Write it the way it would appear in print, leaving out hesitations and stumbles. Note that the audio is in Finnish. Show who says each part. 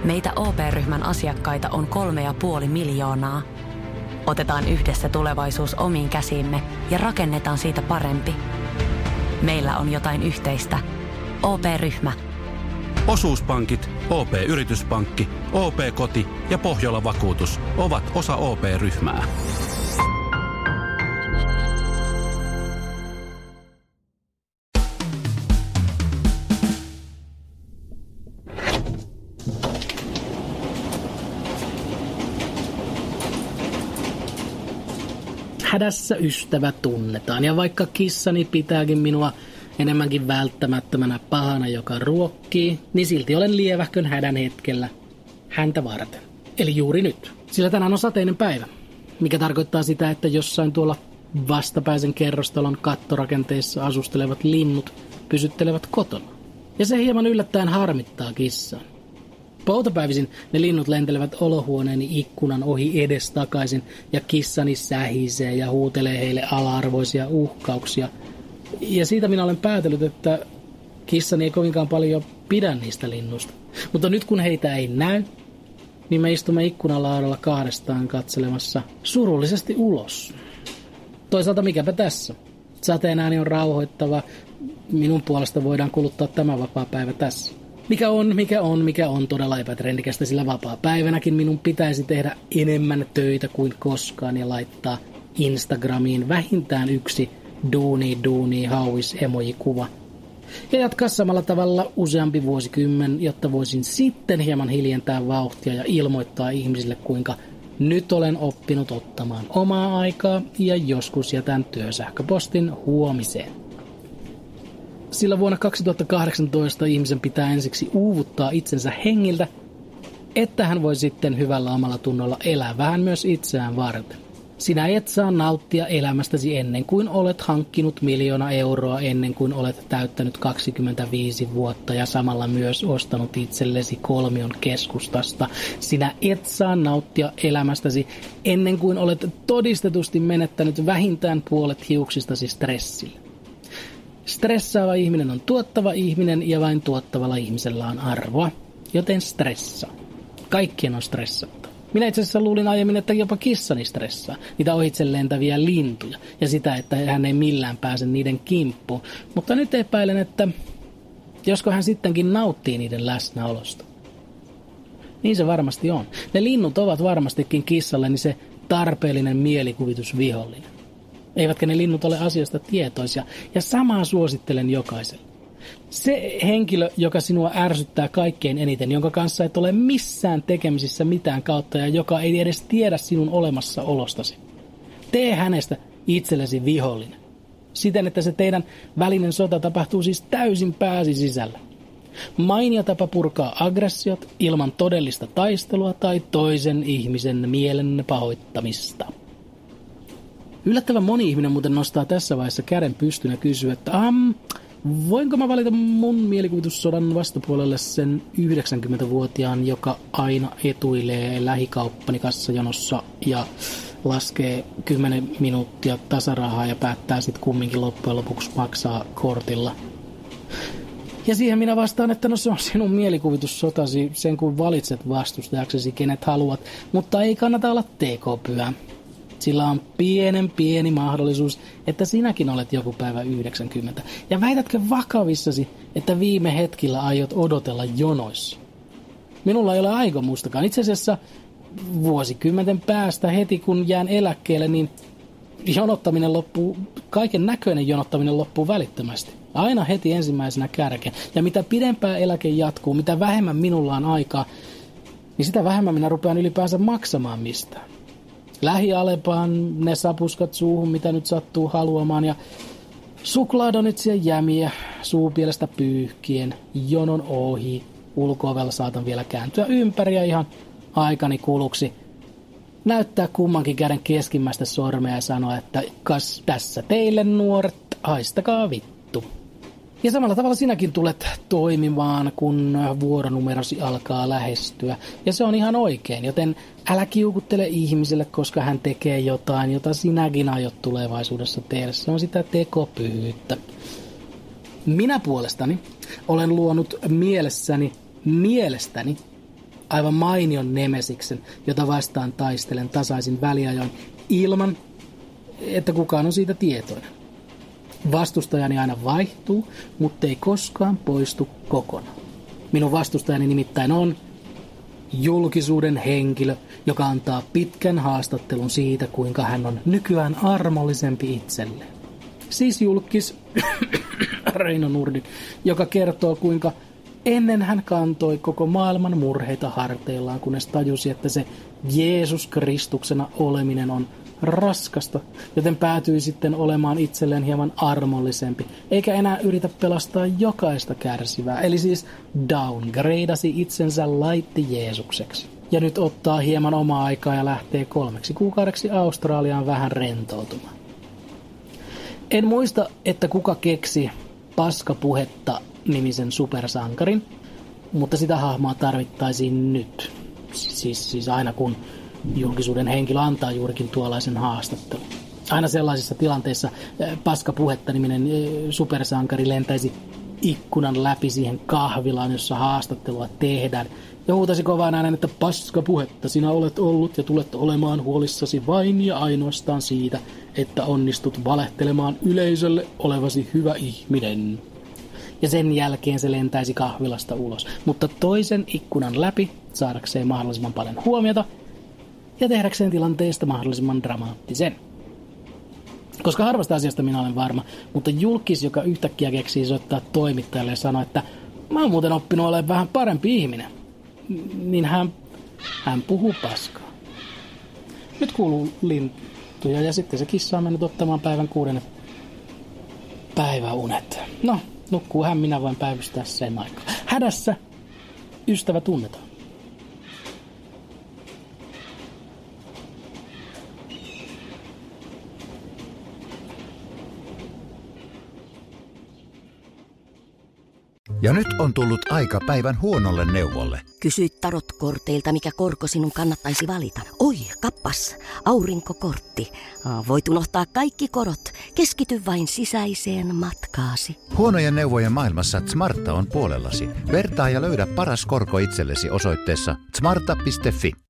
Speaker 1: Meitä OP-ryhmän asiakkaita on 3,5 miljoonaa. Otetaan yhdessä tulevaisuus omiin käsiimme ja rakennetaan siitä parempi. Meillä on jotain yhteistä. OP-ryhmä.
Speaker 2: Osuuspankit, OP-yrityspankki, OP-koti ja Pohjola-vakuutus ovat osa OP-ryhmää.
Speaker 3: Hädässä ystävä tunnetaan, ja vaikka kissani pitääkin minua enemmänkin välttämättömänä pahana, joka ruokkii, niin silti olen lievähkön hädän hetkellä häntä varten. Eli juuri nyt. Sillä tänään on sateinen päivä, mikä tarkoittaa sitä, että jossain tuolla vastapäisen kerrostalon kattorakenteissa asustelevat linnut pysyttelevät kotona. Ja se hieman yllättäen harmittaa kissaa. Poutapäivisin ne linnut lentelevät olohuoneeni ikkunan ohi edestakaisin ja kissani sähisee ja huutelee heille ala-arvoisia uhkauksia. Ja siitä minä olen päätellyt, että kissani ei kovinkaan paljon pidä niistä linnuista. Mutta nyt kun heitä ei näy, niin me istumme ikkunalaudalla kahdestaan katselemassa surullisesti ulos. Toisaalta mikäpä tässä. Sateen ääni on rauhoittava. Minun puolesta voidaan kuluttaa tämä vapaa-päivä tässä. Mikä on todella epätrendikästä, sillä vapaa-päivänäkin minun pitäisi tehdä enemmän töitä kuin koskaan ja laittaa Instagramiin vähintään yksi duuni hauis emoji-kuva. Ja jatkaa samalla tavalla useampi vuosikymmen, jotta voisin sitten hieman hiljentää vauhtia ja ilmoittaa ihmisille, kuinka nyt olen oppinut ottamaan omaa aikaa ja joskus jätän työsähköpostin huomiseen. Sillä vuonna 2018 ihmisen pitää ensiksi uuvuttaa itsensä hengiltä, että hän voi sitten hyvällä omalla tunnolla elää vähän myös itseään varten. Sinä et saa nauttia elämästäsi ennen kuin olet hankkinut 1 000 000 euroa, ennen kuin olet täyttänyt 25 vuotta ja samalla myös ostanut itsellesi kolmion keskustasta. Sinä et saa nauttia elämästäsi ennen kuin olet todistetusti menettänyt vähintään puolet hiuksistasi stressille. Stressaava ihminen on tuottava ihminen ja vain tuottavalla ihmisellä on arvoa, joten stressaa. Kaikkien on stressattava. Minä itse asiassa luulin aiemmin, että jopa kissani stressaa, niitä ohitse lentäviä lintuja ja sitä, että hän ei millään pääse niiden kimppuun. Mutta nyt epäilen, että josko hän sittenkin nauttii niiden läsnäolosta. Niin se varmasti on. Ne linnut ovat varmastikin kissalleni se tarpeellinen mielikuvitusvihollinen. Eivätkä ne linnut ole asiasta tietoisia, ja samaa suosittelen jokaiselle. Se henkilö, joka sinua ärsyttää kaikkein eniten, jonka kanssa et ole missään tekemisissä mitään kautta ja joka ei edes tiedä sinun olemassaolostasi. Tee hänestä itsellesi vihollinen. Siten, että se teidän välinen sota tapahtuu siis täysin pääsi sisällä. Mainio tapa purkaa aggressiot ilman todellista taistelua tai toisen ihmisen mielen pahoittamista. Yllättävän moni ihminen muuten nostaa tässä vaiheessa käden pystyyn ja kysyy, että voinko mä valita mun mielikuvitussodan vastapuolelle sen 90-vuotiaan, joka aina etuilee lähikauppani kassajonossa ja laskee 10 minuuttia tasarahaa ja päättää sitten kumminkin loppujen lopuksi maksaa kortilla. Ja siihen minä vastaan, että no se on sinun mielikuvitussotasi, sen kun valitset vastustajaksesi kenet haluat, mutta ei kannata olla tekopyhä. Sillä on pieni mahdollisuus, että sinäkin olet joku päivä 90. Ja väitätkö vakavissasi, että viime hetkillä aiot odotella jonoissa? Minulla ei ole aikomustakaan. Itse asiassa vuosikymmenten päästä heti kun jään eläkkeelle, niin jonottaminen loppuu, kaiken näköinen jonottaminen loppuu välittömästi. Aina heti ensimmäisenä kärkeen. Ja mitä pidempään eläke jatkuu, mitä vähemmän minulla on aikaa, niin sitä vähemmän minä rupean ylipäänsä maksamaan mistään. Lähialepaan ne sapuskat suuhun, mitä nyt sattuu haluamaan, ja suklaadonitsia jämiä suupielestä pyyhkien, jonon ohi, ulko-ovella saatan vielä kääntyä ympäri ja ihan aikani kuluksi näyttää kummankin käden keskimmäistä sormea ja sanoa, että kas tässä teille nuoret, haistakaa vittu. Ja samalla tavalla sinäkin tulet toimimaan, kun vuoronumerosi alkaa lähestyä. Ja se on ihan oikein, joten älä kiukuttele ihmiselle, koska hän tekee jotain, jota sinäkin aiot tulevaisuudessa tehdä. Se on sitä tekopyhyyttä. Minä puolestani olen luonut mielestäni aivan mainion nemesiksen, jota vastaan taistelen tasaisin väliajoin ilman, että kukaan on siitä tietoinen. Vastustajani aina vaihtuu, mutta ei koskaan poistu kokonaan. Minun vastustajani nimittäin on julkisuuden henkilö, joka antaa pitkän haastattelun siitä, kuinka hän on nykyään armollisempi itselleen. Siis julkis Reino Nurdin, joka kertoo, kuinka ennen hän kantoi koko maailman murheita harteillaan, kunnes tajusi, että se Jeesus Kristuksena oleminen on raskasta, joten päätyi sitten olemaan itselleen hieman armollisempi, eikä enää yritä pelastaa jokaista kärsivää, eli siis downgradeasi itsensä laitti Jeesukseksi. Ja nyt ottaa hieman omaa aikaa ja lähtee 3 kuukaudeksi Australiaan vähän rentoutumaan. En muista, että kuka keksi Paskapuhetta nimisen supersankarin, mutta sitä hahmoa tarvittaisiin nyt. Siis aina kun julkisuuden henkilö antaa juurikin tuollaisen haastattelun. Aina sellaisissa tilanteissa Paskapuhetta niminen supersankari lentäisi ikkunan läpi siihen kahvilaan, jossa haastattelua tehdään, ja huutaisi kovaan äänen, että Paskapuhetta, sinä olet ollut ja tulet olemaan huolissasi vain ja ainoastaan siitä, että onnistut valehtelemaan yleisölle olevasi hyvä ihminen. Ja sen jälkeen se lentäisi kahvilasta ulos, mutta toisen ikkunan läpi saadakseen mahdollisimman paljon huomiota ja tehdäkseen tilanteesta mahdollisimman dramaattisen. Koska harvasta asiasta minä olen varma, mutta julkis, joka yhtäkkiä keksii soittaa toimittajalle ja sanoa, että mä oon muuten oppinut olemaan vähän parempi ihminen, niin hän puhuu paskaa. Nyt kuuluu lintuja ja sitten se kissa on mennyt ottamaan päivän 6. päiväunet. No, nukkuu hän, minä voin päivystää sen aikaa. Hädässä ystävä tunnetaan.
Speaker 4: Ja nyt on tullut aika päivän huonolle neuvolle.
Speaker 5: Kysy tarotkorteilta, mikä korko sinun kannattaisi valita. Oi, kappas, aurinkokortti. Voit unohtaa kaikki korot. Keskity vain sisäiseen matkaasi.
Speaker 4: Huonojen neuvojen maailmassa Smarta on puolellasi. Vertaa ja löydä paras korko itsellesi osoitteessa smarta.fi.